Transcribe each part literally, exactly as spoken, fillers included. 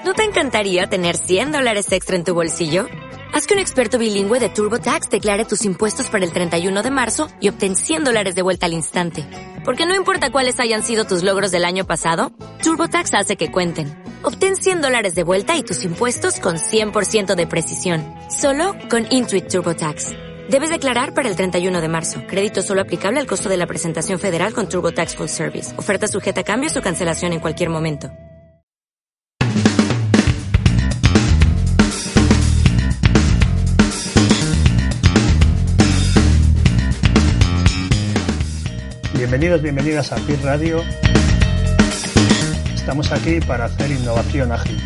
¿No te encantaría tener cien dólares extra en tu bolsillo? Haz que un experto bilingüe de TurboTax declare tus impuestos para el treinta y uno de marzo y obtén cien dólares de vuelta al instante. Porque no importa cuáles hayan sido tus logros del año pasado, TurboTax hace que cuenten. Obtén cien dólares de vuelta y tus impuestos con cien por ciento de precisión. Solo con Intuit TurboTax. Debes declarar para el treinta y uno de marzo. Crédito solo aplicable al costo de la presentación federal con TurboTax Full Service. Oferta sujeta a cambios o cancelación en cualquier momento. Bienvenidos, bienvenidas a P I R Radio. Estamos aquí para hacer innovación ágil.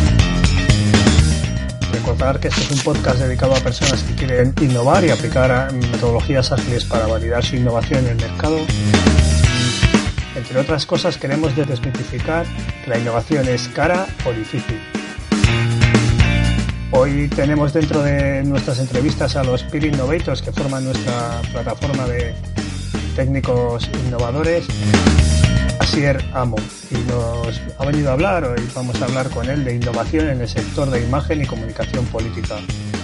Recordar que este es un podcast dedicado a personas que quieren innovar y aplicar metodologías ágiles para validar su innovación en el mercado. Entre otras cosas, queremos desmitificar que la innovación es cara o difícil. Hoy tenemos dentro de nuestras entrevistas a los Peer Innovators que forman nuestra plataforma de técnicos innovadores, Asier Amo, y nos ha venido a hablar, hoy vamos a hablar con él de innovación en el sector de imagen y comunicación política.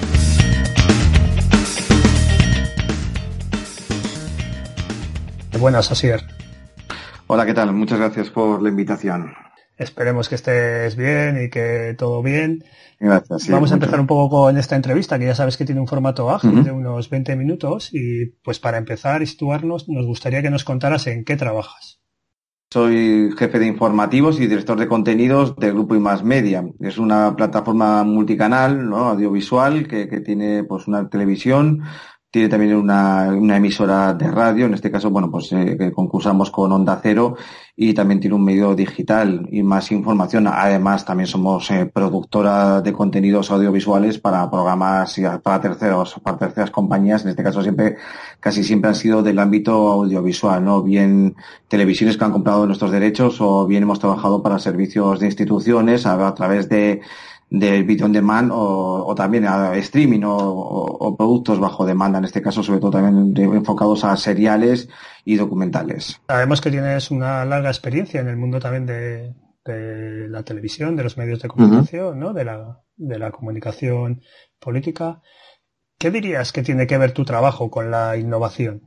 Buenas, Asier. Hola, ¿qué tal? Muchas gracias por la invitación. Esperemos que estés bien y que todo bien. Gracias. Sí, Vamos a mucho. empezar un poco con esta entrevista, que ya sabes que tiene un formato ágil Uh-huh. de unos veinte minutos, y pues para empezar y situarnos, nos gustaría que nos contaras en qué trabajas. Soy jefe de informativos y director de contenidos del Grupo I Más Media. Es una plataforma multicanal, ¿no? Audiovisual que, que tiene pues una televisión, tiene también una, una emisora de radio. En este caso, bueno, pues eh, que concursamos con Onda Cero, y también tiene un medio digital y más información. Además, también somos eh, productora de contenidos audiovisuales para programas y para terceros, para terceras compañías. En este caso, siempre, casi siempre han sido del ámbito audiovisual, ¿no? Bien televisiones que han comprado nuestros derechos, o bien hemos trabajado para servicios de instituciones a, a través de de video on demand, o, o también a streaming, o, o, o productos bajo demanda, en este caso sobre todo también de, enfocados a seriales y documentales. Sabemos que tienes una larga experiencia en el mundo también de, de la televisión, de los medios de comunicación, uh-huh. ¿no? De la, de la comunicación política. ¿Qué dirías que tiene que ver tu trabajo con la innovación?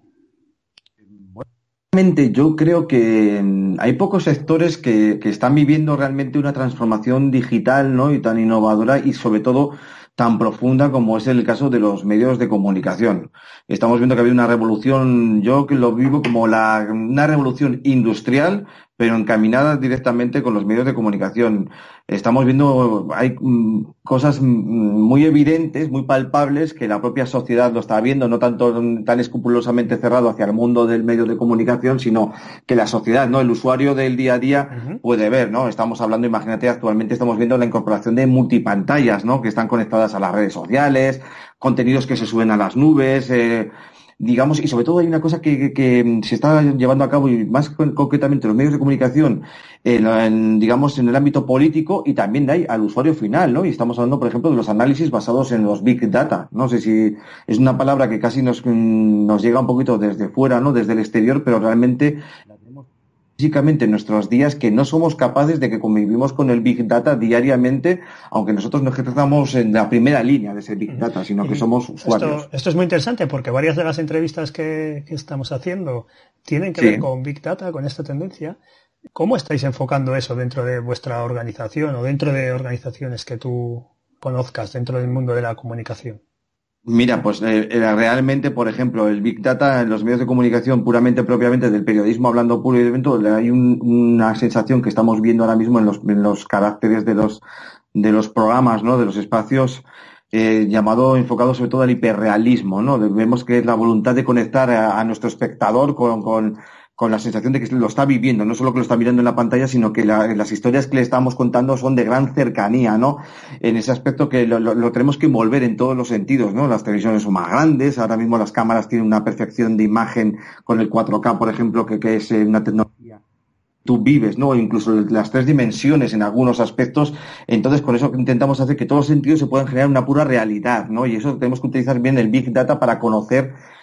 Yo creo que hay pocos sectores que, que están viviendo realmente una transformación digital, ¿no? Y tan innovadora y sobre todo tan profunda como es el caso de los medios de comunicación. Estamos viendo que ha habido una revolución, yo que lo vivo como la, una revolución industrial, pero encaminada directamente con los medios de comunicación. Estamos viendo, hay mm, cosas muy evidentes, muy palpables, que la propia sociedad lo está viendo, no tanto tan escrupulosamente cerrado hacia el mundo del medio de comunicación, sino que la sociedad, ¿no? El usuario del día a día uh-huh. puede ver, ¿no? Estamos hablando, imagínate, actualmente estamos viendo la incorporación de multipantallas, ¿no? Que están conectadas a las redes sociales, contenidos que se suben a las nubes, eh, digamos, y sobre todo hay una cosa que, que, que se está llevando a cabo, y más con, concretamente los medios de comunicación, en, en, digamos, en el ámbito político, y también hay al usuario final, ¿no? Y estamos hablando, por ejemplo, de los análisis basados en los Big Data. No sé si es una palabra que casi nos, nos llega un poquito desde fuera, ¿no? Desde el exterior, pero realmente la tenemos físicamente en nuestros días, que no somos capaces de que convivimos con el Big Data diariamente, aunque nosotros no ejercemos en la primera línea de ese Big Data, sino que somos usuarios. Esto, esto es muy interesante, porque varias de las entrevistas que, que estamos haciendo tienen que sí. ver con Big Data, con esta tendencia. ¿Cómo estáis enfocando eso dentro de vuestra organización o dentro de organizaciones que tú conozcas dentro del mundo de la comunicación? Mira, pues eh, realmente, por ejemplo, el Big Data en los medios de comunicación puramente, propiamente del periodismo, hablando puro y evento, hay un, una sensación que estamos viendo ahora mismo en los, en los caracteres de los, de los programas, ¿no? De los espacios, eh, llamado, enfocado sobre todo al hiperrealismo, ¿no? Vemos que es la voluntad de conectar a, a nuestro espectador con, con, con la sensación de que lo está viviendo, no solo que lo está mirando en la pantalla, sino que la, las historias que le estamos contando son de gran cercanía, ¿no? En ese aspecto que lo, lo, lo tenemos que envolver en todos los sentidos, ¿no? Las televisiones son más grandes, ahora mismo las cámaras tienen una perfección de imagen con el cuatro K, por ejemplo, que, que es una tecnología tú vives, ¿no? Incluso las tres dimensiones en algunos aspectos. Entonces, con eso intentamos hacer que todos los sentidos se puedan generar una pura realidad, ¿no? Y eso tenemos que utilizar bien el Big Data para conocer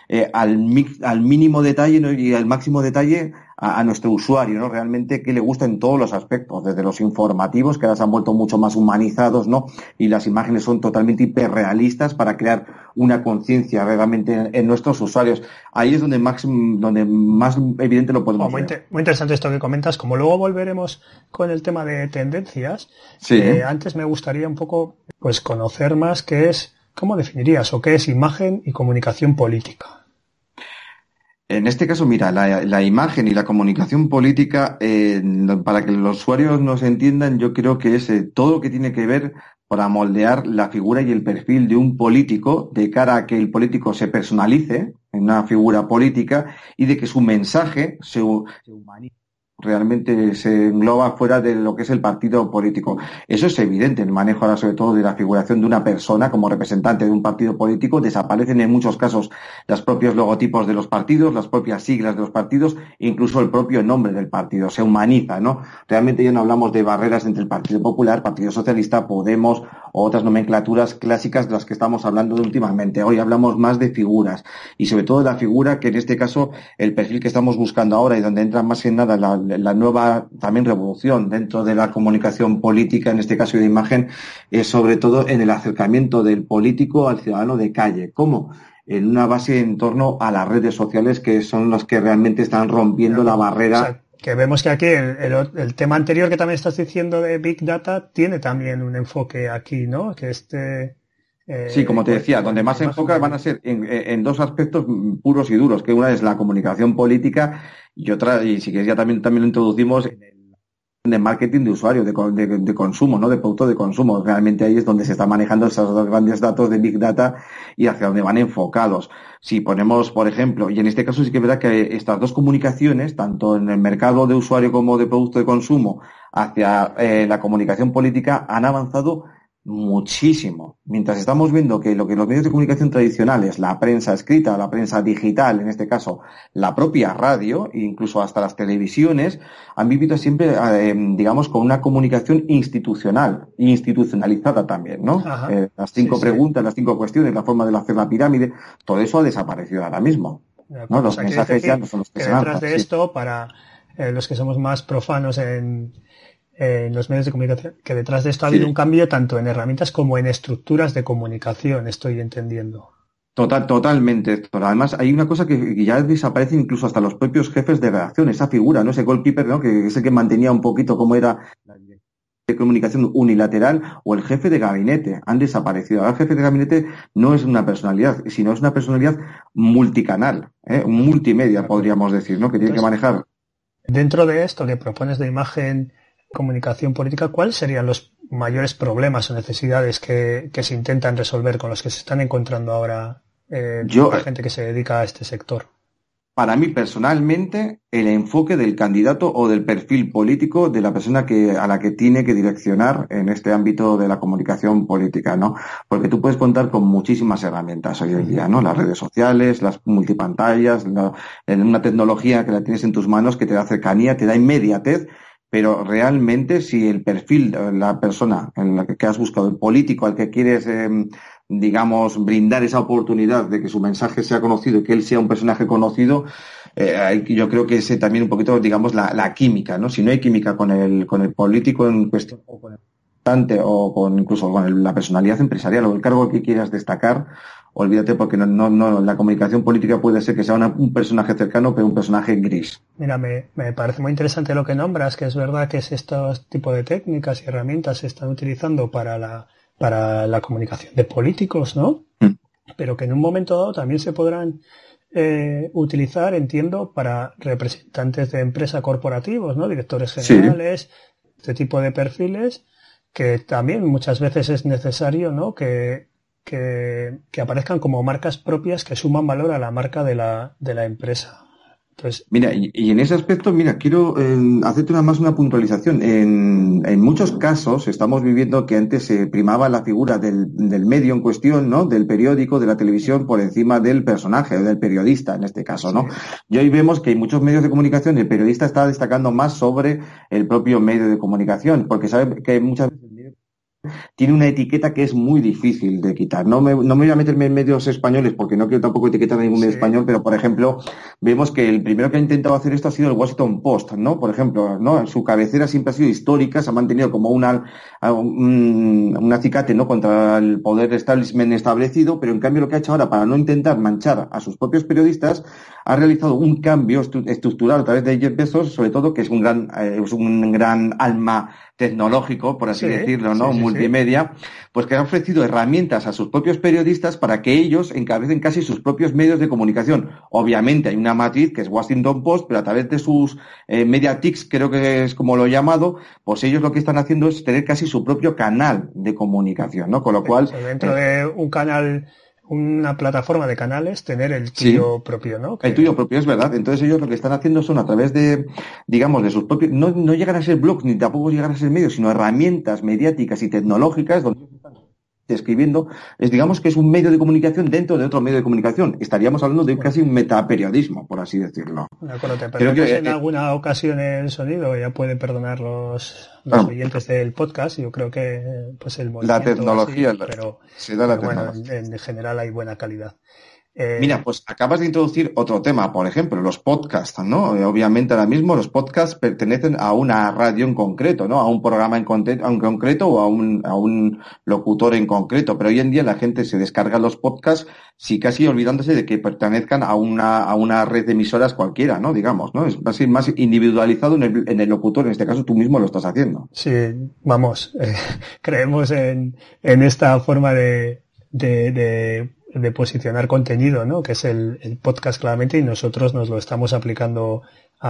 eh, al, mix, al mínimo detalle, ¿no? Y al máximo detalle a, a nuestro usuario, ¿no? Realmente que le gusta en todos los aspectos, desde los informativos, que ahora se han vuelto mucho más humanizados, ¿no? Y las imágenes son totalmente hiperrealistas para crear una conciencia realmente en, en nuestros usuarios. Ahí es donde más, donde más evidente lo podemos oh, muy, ver. inter- muy interesante esto que comentas. Como luego volveremos con el tema de tendencias, Sí. eh, antes me gustaría un poco pues conocer más qué es, cómo definirías o qué es imagen y comunicación política. En este caso, mira, la, la imagen y la comunicación política, eh, para que los usuarios nos entiendan, yo creo que es eh, todo lo que tiene que ver para moldear la figura y el perfil de un político de cara a que el político se personalice en una figura política y de que su mensaje se, se humanice. Realmente se engloba fuera de lo que es el partido político. Eso es evidente. El manejo ahora, sobre todo, de la figuración de una persona como representante de un partido político, desaparecen en muchos casos los propios logotipos de los partidos, las propias siglas de los partidos, incluso el propio nombre del partido. Se humaniza, ¿no? Realmente ya no hablamos de barreras entre el Partido Popular, Partido Socialista, Podemos o otras nomenclaturas clásicas de las que estamos hablando últimamente. Hoy hablamos más de figuras y sobre todo de la figura que en este caso el perfil que estamos buscando ahora y donde entra más que nada la la nueva también revolución dentro de la comunicación política, en este caso de imagen, es sobre todo en el acercamiento del político al ciudadano de calle. ¿Cómo? En una base en torno a las redes sociales, que son las que realmente están rompiendo la barrera. O sea, que vemos que aquí el, el, el tema anterior que también estás diciendo de Big Data tiene también un enfoque aquí, ¿no? Que este... Eh, sí, como te decía, donde más se enfoca van a ser en, en dos aspectos puros y duros, que una es la comunicación política y otra, y si quieres ya también, también lo introducimos en el de marketing de usuario, de, de, de consumo, ¿no? De producto de consumo. Realmente ahí es donde se están manejando esos dos grandes datos de Big Data y hacia dónde van enfocados. Si ponemos, por ejemplo, y en este caso sí que es verdad que estas dos comunicaciones, tanto en el mercado de usuario como de producto de consumo, hacia eh, la comunicación política, han avanzado muchísimo. Mientras estamos viendo que lo que los medios de comunicación tradicionales, la prensa escrita, la prensa digital, en este caso la propia radio, e incluso hasta las televisiones, han vivido siempre, eh, digamos, con una comunicación institucional, institucionalizada también, ¿no? Eh, las cinco sí, preguntas, sí. las cinco cuestiones, la forma de hacer la pirámide, todo eso ha desaparecido ahora mismo. ¿no? Los mensajes ya no son los que, que se detrás lanzan. de Sí. esto, para eh, los que somos más profanos en en los medios de comunicación, que detrás de esto ha habido Sí. un cambio tanto en herramientas como en estructuras de comunicación, estoy entendiendo. Total, totalmente, Héctor. Además, hay una cosa que, que ya desaparece incluso hasta los propios jefes de redacción, esa figura, ¿no? Ese goalkeeper, ¿no? Que es el que mantenía un poquito cómo era la de comunicación unilateral, o el jefe de gabinete. Han desaparecido. Ahora el jefe de gabinete no es una personalidad, sino es una personalidad multicanal, ¿eh? Multimedia, podríamos decir, ¿no? Que tiene que manejar. Dentro de esto que propones de imagen, comunicación política, ¿cuáles serían los mayores problemas o necesidades que, que se intentan resolver con los que se están encontrando ahora eh, Yo, la gente que se dedica a este sector? Para mí, personalmente, el enfoque del candidato o del perfil político de la persona que, a la que tiene que direccionar en este ámbito de la comunicación política, ¿no? Porque tú puedes contar con muchísimas herramientas hoy en día, ¿no? Las redes sociales, las multipantallas, la, una tecnología que la tienes en tus manos que te da cercanía, te da inmediatez. Pero realmente si el perfil, la persona en la que has buscado, el político al que quieres, eh, digamos, brindar esa oportunidad de que su mensaje sea conocido y que él sea un personaje conocido, eh, yo creo que es también un poquito, digamos, la, la química, ¿no? Si no hay química con el, con el político en cuestión, o con el votante, o con incluso con el, la personalidad empresarial o el cargo que quieras destacar, olvídate, porque no, no, no, la comunicación política puede ser que sea una, un personaje cercano, pero un personaje gris. Mira, me, me parece muy interesante lo que nombras, que es verdad que es estos tipo de técnicas y herramientas se están utilizando para la, para la comunicación de políticos, ¿no? Mm. Pero que en un momento dado también se podrán eh, utilizar, entiendo, para representantes de empresa corporativos, ¿no? Directores generales, sí. Este tipo de perfiles, que también muchas veces es necesario, ¿no? Que Que, que aparezcan como marcas propias que suman valor a la marca de la, de la empresa. Entonces, mira, y, y en ese aspecto, mira, quiero eh, hacerte una más una puntualización. En, en muchos casos estamos viviendo que antes se primaba la figura del, del medio en cuestión, ¿no? Del periódico, de la televisión, por encima del personaje, o del periodista, en este caso, ¿no? Sí. Y hoy vemos que hay muchos medios de comunicación y el periodista está destacando más sobre el propio medio de comunicación, porque sabe que hay muchas veces tiene una etiqueta que es muy difícil de quitar. No me, no me voy a meterme en medios españoles porque no quiero tampoco etiquetar a ningún medio Sí. español, pero por ejemplo, vemos que el primero que ha intentado hacer esto ha sido el Washington Post, ¿no? Por ejemplo, ¿no? Su cabecera siempre ha sido histórica, se ha mantenido como una, un, un acicate, ¿no? Contra el poder establishment establecido, pero en cambio lo que ha hecho ahora para no intentar manchar a sus propios periodistas, ha realizado un cambio estu- estructural a través de Jeff Bezos, sobre todo que es un gran, eh, es un gran alma tecnológico, por así Sí, decirlo, ¿no? sí, sí, Multimedia, pues que ha ofrecido herramientas a sus propios periodistas para que ellos encabecen casi sus propios medios de comunicación. Obviamente hay una matriz que es Washington Post, pero a través de sus eh, Mediatics, creo que es como lo he llamado, pues ellos lo que están haciendo es tener casi su propio canal de comunicación, ¿no? Con lo cual... O sea, dentro eh, de un canal, una plataforma de canales, tener el tuyo sí. propio, ¿no? Que... El tuyo propio, es verdad. Entonces ellos lo que están haciendo son a través de, digamos, de sus propios, no, no llegan a ser blogs ni tampoco llegan a ser medios, sino herramientas mediáticas y tecnológicas donde ellos están escribiendo, es digamos que es un medio de comunicación dentro de otro medio de comunicación. Estaríamos hablando de casi un metaperiodismo, por así decirlo. De acuerdo, te Creo perdemos que, en eh, alguna ocasión el sonido, ya pueden perdonar los, los ah, oyentes del podcast. Yo creo que pues el la movimiento tecnología, así, la- pero, se da la pero bueno, tecnología. en, en general hay buena calidad. Eh, Mira, pues acabas de introducir otro tema, por ejemplo, los podcasts, ¿no? Eh, Obviamente ahora mismo los podcasts pertenecen a una radio en concreto, ¿no? A un programa en, conte- en concreto o a un, a un locutor en concreto, pero hoy en día la gente se descarga los podcasts sí casi olvidándose de que pertenezcan a una, a una red de emisoras cualquiera, ¿no? Digamos, ¿no? Es más, más individualizado en el, en el locutor, en este caso tú mismo lo estás haciendo. sí, vamos, eh, creemos en, en esta forma de, de, de, de posicionar contenido, ¿no? Que es el, el podcast claramente, y nosotros nos lo estamos aplicando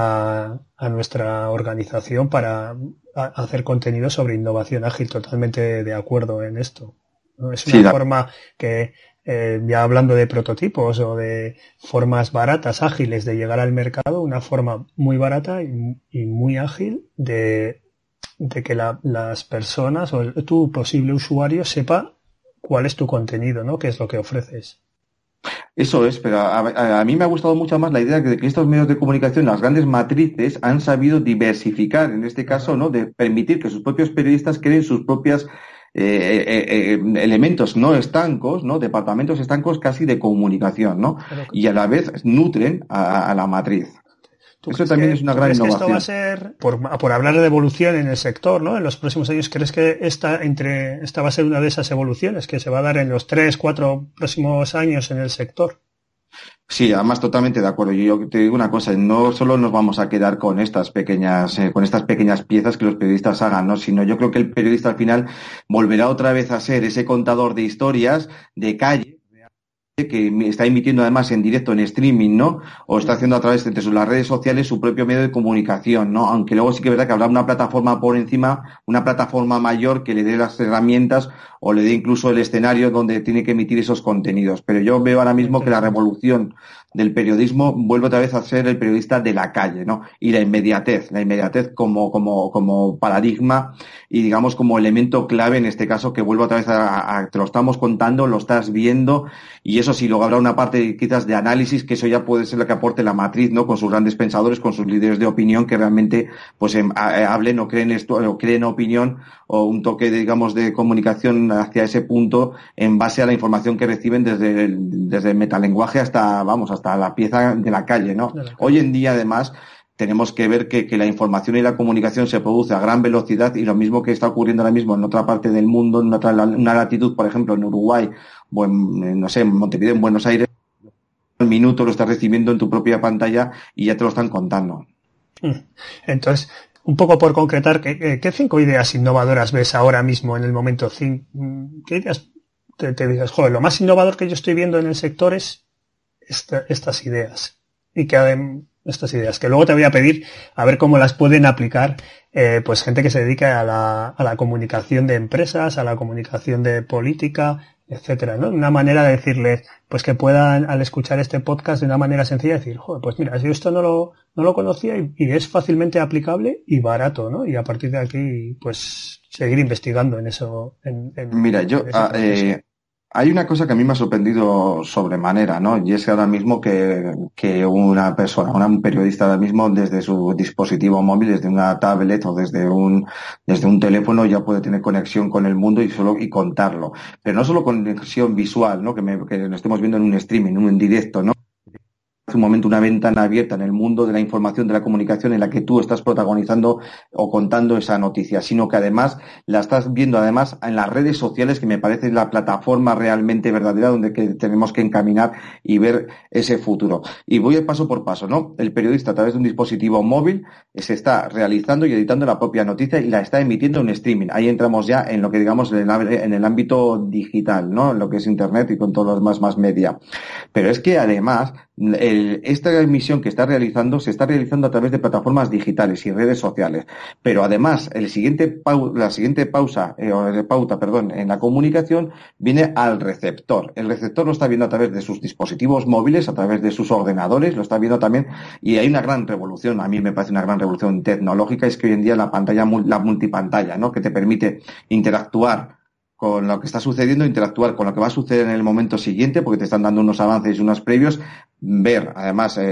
a, a nuestra organización para a- hacer contenido sobre innovación ágil. Totalmente de acuerdo en esto, ¿no? Es una Sí, la- forma que, eh, ya hablando de prototipos o de formas baratas, ágiles de llegar al mercado, una forma muy barata y, y muy ágil de, de que la- las personas o el- tu posible usuario sepa cuál es tu contenido, ¿no? ¿Qué es lo que ofreces? Eso es, pero a, a- a mí me ha gustado mucho más la idea de que estos medios de comunicación, las grandes matrices, han sabido diversificar, en este caso, ¿no? De permitir que sus propios periodistas creen sus propias eh, eh, eh, elementos no estancos, ¿no? Departamentos estancos casi de comunicación, ¿no? Pero, Y a la vez nutren a, a la matriz. ¿tú Eso crees también que, es una tú gran crees que esto va a innovación. ser, por, por hablar de evolución en el sector, ¿no? En los próximos años, ¿crees que esta, entre, esta va a ser una de esas evoluciones que se va a dar en los tres, cuatro próximos años en el sector? Sí, además totalmente de acuerdo. Yo te digo una cosa, no solo nos vamos a quedar con estas pequeñas, eh, con estas pequeñas piezas que los periodistas hagan, ¿no? Sino yo creo que el periodista al final volverá otra vez a ser ese contador de historias de calle, que está emitiendo además en directo en streaming, ¿no? O está haciendo a través de sus- las redes sociales su propio medio de comunicación, ¿no? Aunque luego sí que es verdad que habrá una plataforma por encima, una plataforma mayor que le dé las herramientas o le dé incluso el escenario donde tiene que emitir esos contenidos. Pero yo veo ahora mismo que la revolución del periodismo vuelve otra vez a ser el periodista de la calle, ¿no? Y la inmediatez, la inmediatez como, como, como paradigma y digamos como elemento clave en este caso que vuelve otra vez a, a, te lo estamos contando, lo estás viendo y eso sí, luego habrá una parte quizás de análisis que eso ya puede ser lo que aporte la matriz, ¿no? Con sus grandes pensadores, con sus líderes de opinión que realmente pues em, a, hablen o creen esto, o creen opinión o un toque, de, digamos, de comunicación hacia ese punto en base a la información que reciben desde el, desde el metalenguaje hasta, vamos, hasta la pieza de la calle, ¿no? De la calle. Hoy en día, además, tenemos que ver que, que la información y la comunicación se produce a gran velocidad y lo mismo que está ocurriendo ahora mismo en otra parte del mundo, en otra una latitud, por ejemplo, en Uruguay o en, no sé, en Montevideo, en Buenos Aires, al minuto lo estás recibiendo en tu propia pantalla y ya te lo están contando. Entonces, un poco por concretar, ¿qué, qué cinco ideas innovadoras ves ahora mismo en el momento? ¿Qué ideas te, te dices, joder, lo más innovador que yo estoy viendo en el sector es esta, estas ideas? Y que estas ideas, que luego te voy a pedir a ver cómo las pueden aplicar eh, pues gente que se dedica a la, a la comunicación de empresas, a la comunicación de política, etcétera, ¿no? Una manera de decirles, pues que puedan, al escuchar este podcast de una manera sencilla, decir, joder, pues mira, yo esto no lo, no lo conocía y, y es fácilmente aplicable y barato, ¿no? Y a partir de aquí, pues, seguir investigando en eso. En, en, Mira, yo, en ese ah, eh, Hay una cosa que a mí me ha sorprendido sobremanera, ¿no? Y es que ahora mismo que, que una persona, una- un periodista ahora mismo desde su dispositivo móvil, desde una tablet o desde un, desde un teléfono ya puede tener conexión con el mundo y solo, y contarlo. Pero no solo conexión visual, ¿no? Que me, que lo estemos viendo en un streaming, en un en directo, ¿no? Hace un momento una ventana abierta en el mundo de la información, de la comunicación en la que tú estás protagonizando o contando esa noticia, sino que además la estás viendo además en las redes sociales, que me parece la plataforma realmente verdadera donde que tenemos que encaminar y ver ese futuro. Y voy paso por paso, ¿no? El periodista a través de un dispositivo móvil se está realizando y editando la propia noticia y la está emitiendo en streaming. Ahí entramos ya en lo que digamos en el, en el ámbito digital, ¿no? En lo que es internet y con todos los demás más media. Pero es que además el, esta emisión que está realizando se está realizando a través de plataformas digitales y redes sociales. Pero además, el siguiente pau, la siguiente pausa, eh, o pauta, perdón, en la comunicación viene al receptor. El receptor lo está viendo a través de sus dispositivos móviles, a través de sus ordenadores, lo está viendo también, y hay una gran revolución, a mí me parece una gran revolución tecnológica, es que hoy en día la pantalla, la multipantalla, ¿no? Que te permite interactuar con lo que está sucediendo, interactuar con lo que va a suceder en el momento siguiente, porque te están dando unos avances y unos previos, ver además eh,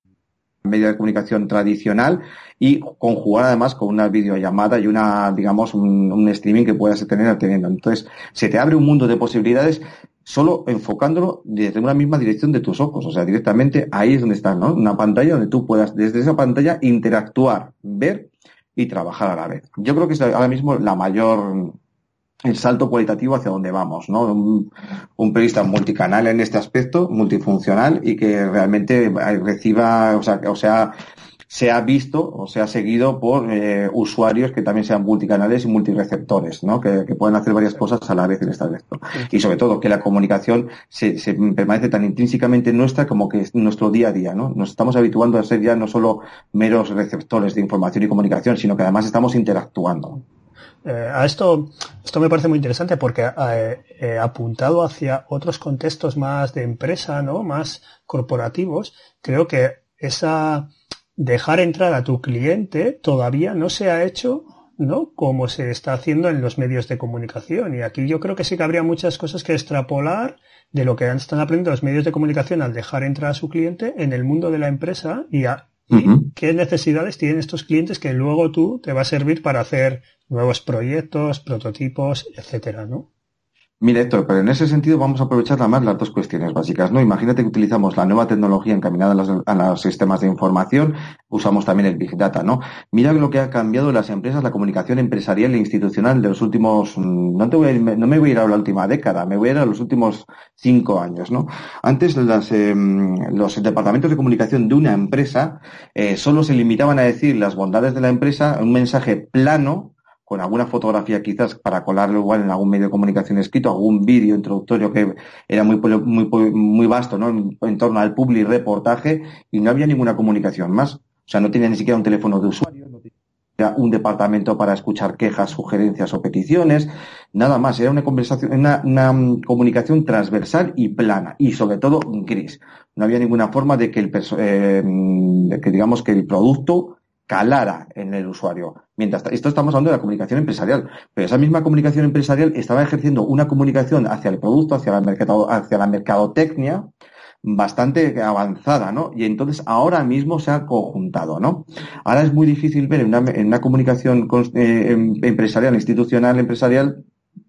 medio de comunicación tradicional y conjugar además con una videollamada y una, digamos, un, un streaming que puedas tener teniendo. Entonces, se te abre un mundo de posibilidades solo enfocándolo desde una misma dirección de tus ojos, o sea, directamente ahí es donde está, ¿no? Una pantalla donde tú puedas desde esa pantalla interactuar, ver y trabajar a la vez. Yo creo que es ahora mismo la mayor el salto cualitativo hacia donde vamos, ¿no? Un, un periodista multicanal en este aspecto, multifuncional y que realmente reciba, o sea, o sea, sea visto o sea seguido por eh, usuarios que también sean multicanales y multireceptores, ¿no? Que, que pueden hacer varias cosas a la vez en este aspecto. Y sobre todo que la comunicación se, se permanece tan intrínsecamente nuestra como que es nuestro día a día, ¿no? Nos estamos habituando a ser ya no solo meros receptores de información y comunicación, sino que además estamos interactuando. Eh, a esto, esto me parece muy interesante porque eh, eh, apuntado hacia otros contextos más de empresa, ¿no? Más corporativos, creo que esa dejar entrar a tu cliente todavía no se ha hecho, ¿no? Como se está haciendo en los medios de comunicación. Y aquí yo creo que sí que habría muchas cosas que extrapolar de lo que están aprendiendo los medios de comunicación al dejar entrar a su cliente en el mundo de la empresa y a ¿Y uh-huh. qué necesidades tienen estos clientes que luego tú te va a servir para hacer nuevos proyectos, prototipos, etcétera, ¿no? Mira, Héctor, pero en ese sentido vamos a aprovechar nada más las dos cuestiones básicas, ¿no? Imagínate que utilizamos la nueva tecnología encaminada a los, a los sistemas de información, usamos también el Big Data, ¿no? Mira lo que ha cambiado en las empresas, la comunicación empresarial e institucional de los últimos, no te voy a ir, no me voy a ir a la última década, me voy a ir a los últimos cinco años, ¿no? Antes las, eh, los departamentos de comunicación de una empresa eh, solo se limitaban a decir las bondades de la empresa, un mensaje plano, con alguna fotografía quizás para colarlo igual en algún medio de comunicación escrito, algún vídeo introductorio que era muy muy muy vasto, ¿no? En, en torno al public reportaje y no había ninguna comunicación más. O sea, no tenía ni siquiera un teléfono de usuario, no tenía un departamento para escuchar quejas, sugerencias o peticiones, nada más. Era una conversación, una, una comunicación transversal y plana y sobre todo gris. No había ninguna forma de que el eh, de que digamos que el producto calara en el usuario. Mientras esto estamos hablando de la comunicación empresarial, pero esa misma comunicación empresarial estaba ejerciendo una comunicación hacia el producto, hacia la mercado, hacia la mercadotecnia bastante avanzada, ¿no? Y entonces ahora mismo se ha conjuntado, ¿no? Ahora es muy difícil ver en una, en una comunicación eh, empresarial, institucional, empresarial,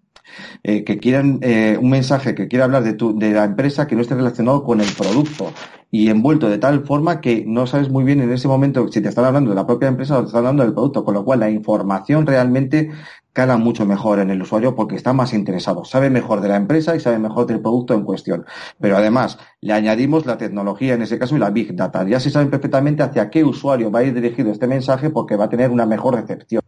Eh, que quieran eh, un mensaje que quiera hablar de tu, de la empresa que no esté relacionado con el producto y envuelto de tal forma que no sabes muy bien en ese momento si te están hablando de la propia empresa o te están hablando del producto, con lo cual la información realmente cala mucho mejor en el usuario porque está más interesado, sabe mejor de la empresa y sabe mejor del producto en cuestión, pero además le añadimos la tecnología en ese caso y la Big Data, ya se sabe perfectamente hacia qué usuario va a ir dirigido este mensaje porque va a tener una mejor recepción.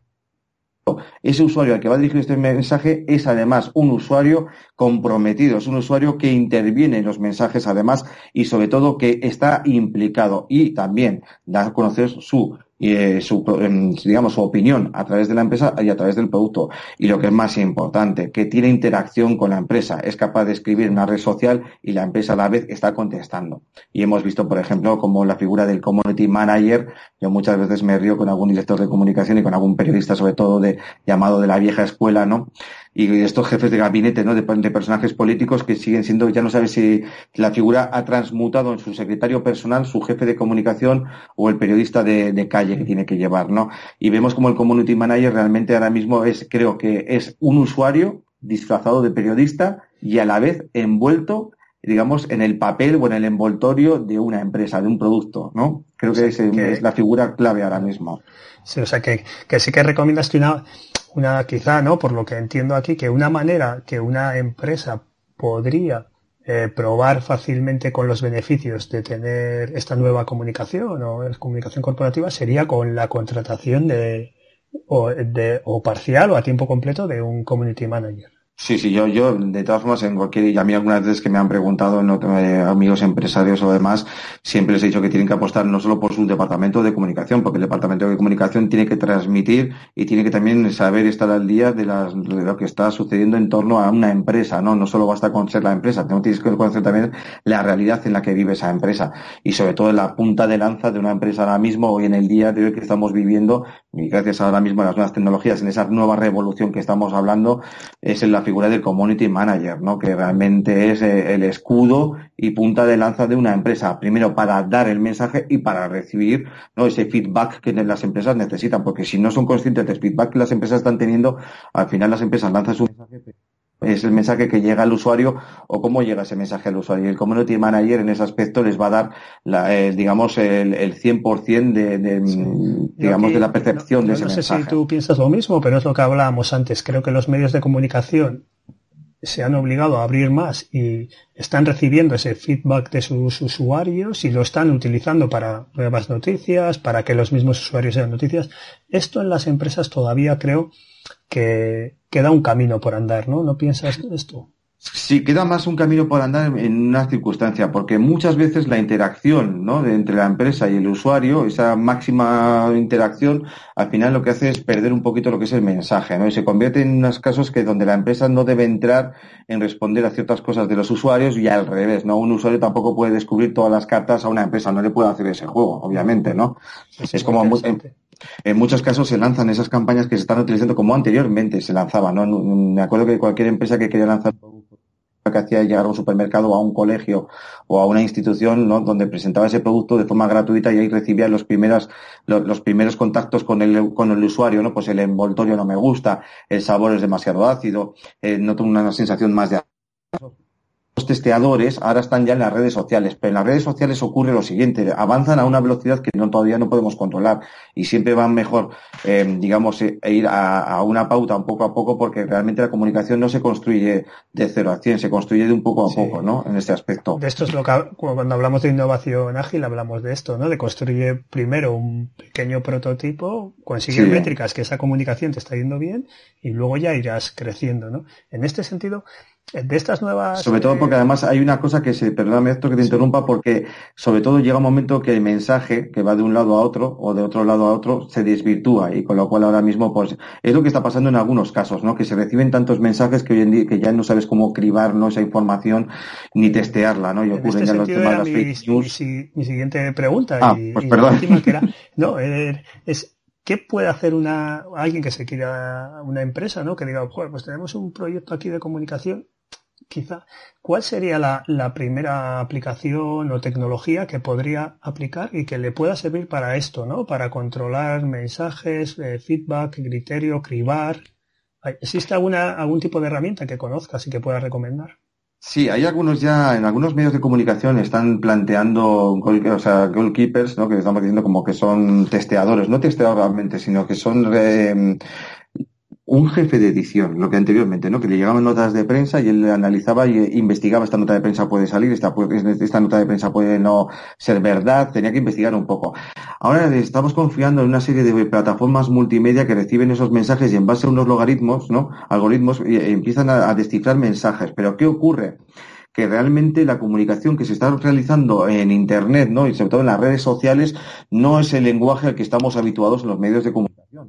Ese usuario al que va a dirigir este mensaje es además un usuario comprometido, es un usuario que interviene en los mensajes además y sobre todo que está implicado y también da a conocer su eh, su, digamos, su opinión a través de la empresa y a través del producto. Y lo que es más importante, que tiene interacción con la empresa, es capaz de escribir en una red social y la empresa a la vez está contestando. Y hemos visto, por ejemplo, como la figura del community manager, yo muchas veces me río con algún director de comunicación y con algún periodista, sobre todo de llamado de la vieja escuela, ¿no? y estos jefes de gabinete, ¿no? De, de personajes políticos que siguen siendo, ya no sabes si la figura ha transmutado en su secretario personal, su jefe de comunicación o el periodista de, de calle que tiene que llevar, ¿no? Y vemos como el community manager realmente ahora mismo es, creo que es un usuario disfrazado de periodista y a la vez envuelto, digamos, en el papel o en el envoltorio de una empresa, de un producto, ¿no? Creo que, sí, es, que es la figura clave ahora mismo. Sí, o sea, que, que sí que recomiendas que una, una, quizá, ¿no? Por lo que entiendo aquí, que una manera que una empresa podría eh, probar fácilmente con los beneficios de tener esta nueva comunicación o comunicación corporativa sería con la contratación de o, de, o parcial o a tiempo completo de un community manager. Sí, sí, yo, yo, de todas formas, en cualquier, y a mí algunas veces que me han preguntado, ¿no? eh, amigos empresarios o demás, siempre les he dicho que tienen que apostar no solo por su departamento de comunicación, porque el departamento de comunicación tiene que transmitir y tiene que también saber estar al día de, las, de lo que está sucediendo en torno a una empresa, ¿no? No solo basta con ser la empresa, no tienes que conocer también la realidad en la que vive esa empresa y sobre todo en la punta de lanza de una empresa ahora mismo, hoy en el día de hoy que estamos viviendo, y gracias ahora mismo a las nuevas tecnologías, en esa nueva revolución que estamos hablando, es en la figura del community manager, ¿no? Que realmente es eh, el escudo y punta de lanza de una empresa, primero para dar el mensaje y para recibir, ¿no? Ese feedback que las empresas necesitan, porque si no son conscientes del feedback que las empresas están teniendo, al final las empresas lanzan su mensaje, es el mensaje que llega al usuario o cómo llega ese mensaje al usuario. Y el community manager en ese aspecto les va a dar, la, eh, digamos, el, el cien por ciento de, de sí. digamos, que, de la percepción no, de ese no mensaje. No sé si tú piensas lo mismo, pero es lo que hablábamos antes. Creo que los medios de comunicación se han obligado a abrir más y están recibiendo ese feedback de sus usuarios y lo están utilizando para nuevas noticias, para que los mismos usuarios sean noticias. Esto en las empresas todavía creo que queda un camino por andar, ¿no? ¿No piensas esto? Sí, queda más un camino por andar en una circunstancia, porque muchas veces la interacción, ¿no? de entre la empresa y el usuario, esa máxima interacción, al final lo que hace es perder un poquito lo que es el mensaje, ¿no? Y se convierte en unos casos que donde la empresa no debe entrar en responder a ciertas cosas de los usuarios y al revés, ¿no? Un usuario tampoco puede descubrir todas las cartas a una empresa, no le puede hacer ese juego, obviamente, ¿no? Es, es como muy, en, en muchos casos se lanzan esas campañas que se están utilizando como anteriormente se lanzaban, ¿no? Me acuerdo que cualquier empresa que quería lanzar que hacía llegar a un supermercado o a un colegio o a una institución, ¿no? Donde presentaba ese producto de forma gratuita y ahí recibía los primeras los, los primeros contactos con el con el usuario, ¿no? Pues el envoltorio no me gusta, el sabor es demasiado ácido, eh, noto una sensación más de los testeadores ahora están ya en las redes sociales, pero en las redes sociales ocurre lo siguiente, avanzan a una velocidad que no todavía no podemos controlar y siempre van mejor, eh, digamos, eh, ir a, a una pauta un poco a poco porque realmente la comunicación no se construye de cero a cien, se construye de un poco a sí. poco, ¿no? En este aspecto. De esto es lo que, cuando hablamos de innovación ágil, hablamos de esto, ¿no? De construir primero un pequeño prototipo, conseguir sí. métricas que esa comunicación te está yendo bien y luego ya irás creciendo, ¿no? En este sentido, de estas nuevas... Sobre todo porque además hay una cosa que se... Perdóname esto que te interrumpa porque sobre todo llega un momento que el mensaje que va de un lado a otro o de otro lado a otro se desvirtúa y con lo cual ahora mismo pues es lo que está pasando en algunos casos, ¿no? Que se reciben tantos mensajes que hoy en día que ya no sabes cómo cribar, ¿no? Esa información ni testearla, ¿no? Y ocurren este ya los temas de las fake news. Mi, mi siguiente pregunta ah, y, pues y perdón. la última que era... No, eh, es... ¿Qué puede hacer una alguien que se quiera una empresa, ¿no? Que diga, joder, pues tenemos un proyecto aquí de comunicación, quizá. ¿Cuál sería la, la primera aplicación o tecnología que podría aplicar y que le pueda servir para esto, ¿no? Para controlar mensajes, eh, feedback, criterio, cribar. ¿Existe alguna algún tipo de herramienta que conozcas y que puedas recomendar? Sí, hay algunos ya, en algunos medios de comunicación están planteando, o sea, goalkeepers, ¿no? Que estamos diciendo como que son testeadores, no testeadores realmente, sino que son eh, un jefe de edición, lo que anteriormente, ¿no? Que le llegaban notas de prensa y él analizaba y investigaba, esta nota de prensa puede salir, esta, esta nota de prensa puede no ser verdad, tenía que investigar un poco. Ahora estamos confiando en una serie de plataformas multimedia que reciben esos mensajes y en base a unos logaritmos, ¿no? Algoritmos, y, y empiezan a, a descifrar mensajes. Pero ¿qué ocurre? Que realmente la comunicación que se está realizando en Internet, ¿no? Y sobre todo en las redes sociales, no es el lenguaje al que estamos habituados en los medios de comunicación.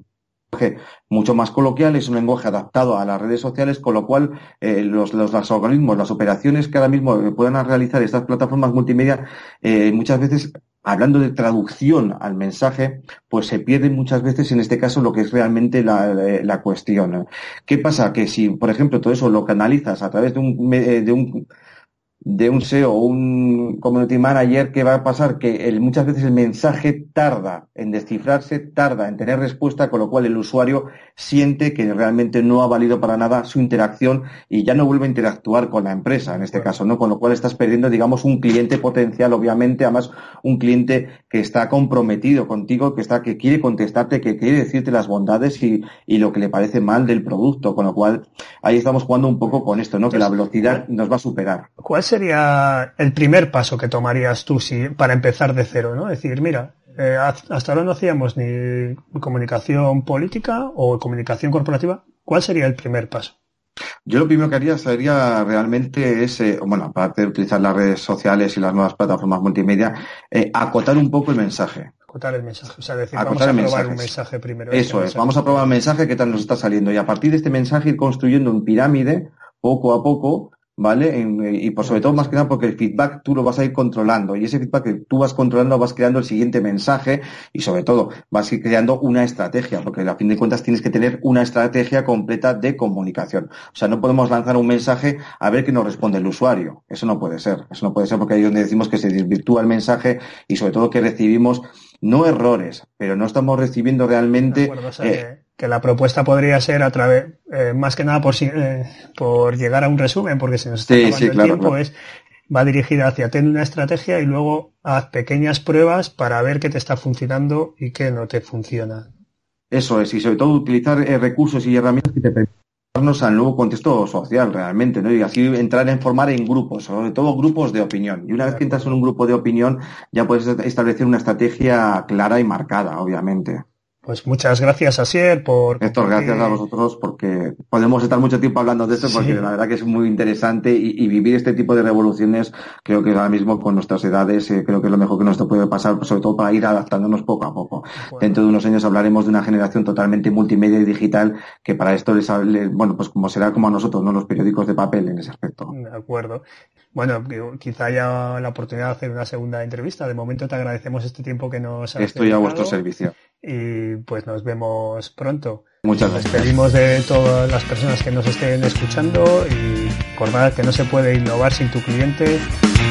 mucho más coloquial, es un lenguaje adaptado a las redes sociales, con lo cual eh, los, los, los algoritmos, las operaciones que ahora mismo puedan realizar estas plataformas multimedia, eh, muchas veces, hablando de traducción al mensaje, pues se pierde muchas veces en este caso lo que es realmente la, la cuestión. ¿Qué pasa? Que si, por ejemplo, todo eso lo canalizas a través de un, de un de un S E O o un community manager, ¿qué va a pasar? Que el, muchas veces el mensaje tarda en descifrarse, tarda en tener respuesta, con lo cual el usuario siente que realmente no ha valido para nada su interacción y ya no vuelve a interactuar con la empresa, en este caso, ¿no? Con lo cual estás perdiendo, digamos, un cliente potencial, obviamente, además un cliente que está comprometido contigo, que está, que quiere contestarte, que quiere decirte las bondades y, y lo que le parece mal del producto, con lo cual ahí estamos jugando un poco con esto, ¿no? Que la velocidad nos va a superar. ¿Cuál sería el primer paso que tomarías tú si, para empezar de cero, ¿no? Es decir, mira, eh, hasta ahora no hacíamos ni comunicación política o comunicación corporativa. ¿Cuál sería el primer paso? Yo lo primero que haría sería realmente ese, bueno, aparte de utilizar las redes sociales y las nuevas plataformas multimedia, eh, acotar un poco el mensaje. Acotar el mensaje, o sea, decir, acotar vamos a probar mensajes. un mensaje primero. Eso este es, mensaje. vamos a probar el mensaje, qué tal nos está saliendo, y a partir de este mensaje ir construyendo un pirámide, poco a poco, ¿vale? En, y por sobre todo más que nada porque el feedback tú lo vas a ir controlando y ese feedback que tú vas controlando vas creando el siguiente mensaje y sobre todo vas a ir creando una estrategia, porque a fin de cuentas tienes que tener una estrategia completa de comunicación. O sea, no podemos lanzar un mensaje a ver qué nos responde el usuario. Eso no puede ser. Eso no puede ser porque ahí es donde decimos que se desvirtúa el mensaje y sobre todo que recibimos no errores, pero no estamos recibiendo realmente... De acuerdo, o sea, eh, que, que la propuesta podría ser a través, eh, más que nada por, eh, por llegar a un resumen, porque se nos está sí, acabando sí, el claro, tiempo, claro. es va dirigida hacia ten una estrategia y luego haz pequeñas pruebas para ver qué te está funcionando y qué no te funciona. Eso es, y sobre todo utilizar eh, recursos y herramientas que te permitan al nuevo contexto social realmente, ¿no? Y así entrar en formar en grupos, sobre todo grupos de opinión. Y una vez que entras en un grupo de opinión, ya puedes establecer una estrategia clara y marcada, obviamente. Pues muchas gracias, Asier, por... Héctor, gracias a vosotros porque podemos estar mucho tiempo hablando de esto porque sí. La verdad que es muy interesante y, y vivir este tipo de revoluciones creo que ahora mismo con nuestras edades eh, creo que es lo mejor que nos puede pasar, sobre todo para ir adaptándonos poco a poco. Bueno. Dentro de unos años hablaremos de una generación totalmente multimedia y digital que para esto les hable, bueno, pues como será como a nosotros, ¿no? Los periódicos de papel en ese aspecto. De acuerdo. Bueno, quizá haya la oportunidad de hacer una segunda entrevista. De momento te agradecemos este tiempo que nos has Estoy dedicado. A vuestro servicio. Y pues nos vemos pronto. Muchas gracias. Nos despedimos de todas las personas que nos estén escuchando y recordad que no se puede innovar sin tu cliente.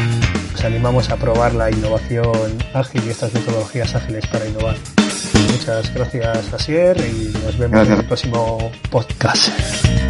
Os animamos a probar la innovación ágil y estas metodologías ágiles para innovar. Muchas gracias, Asier, y nos vemos gracias. En el próximo podcast.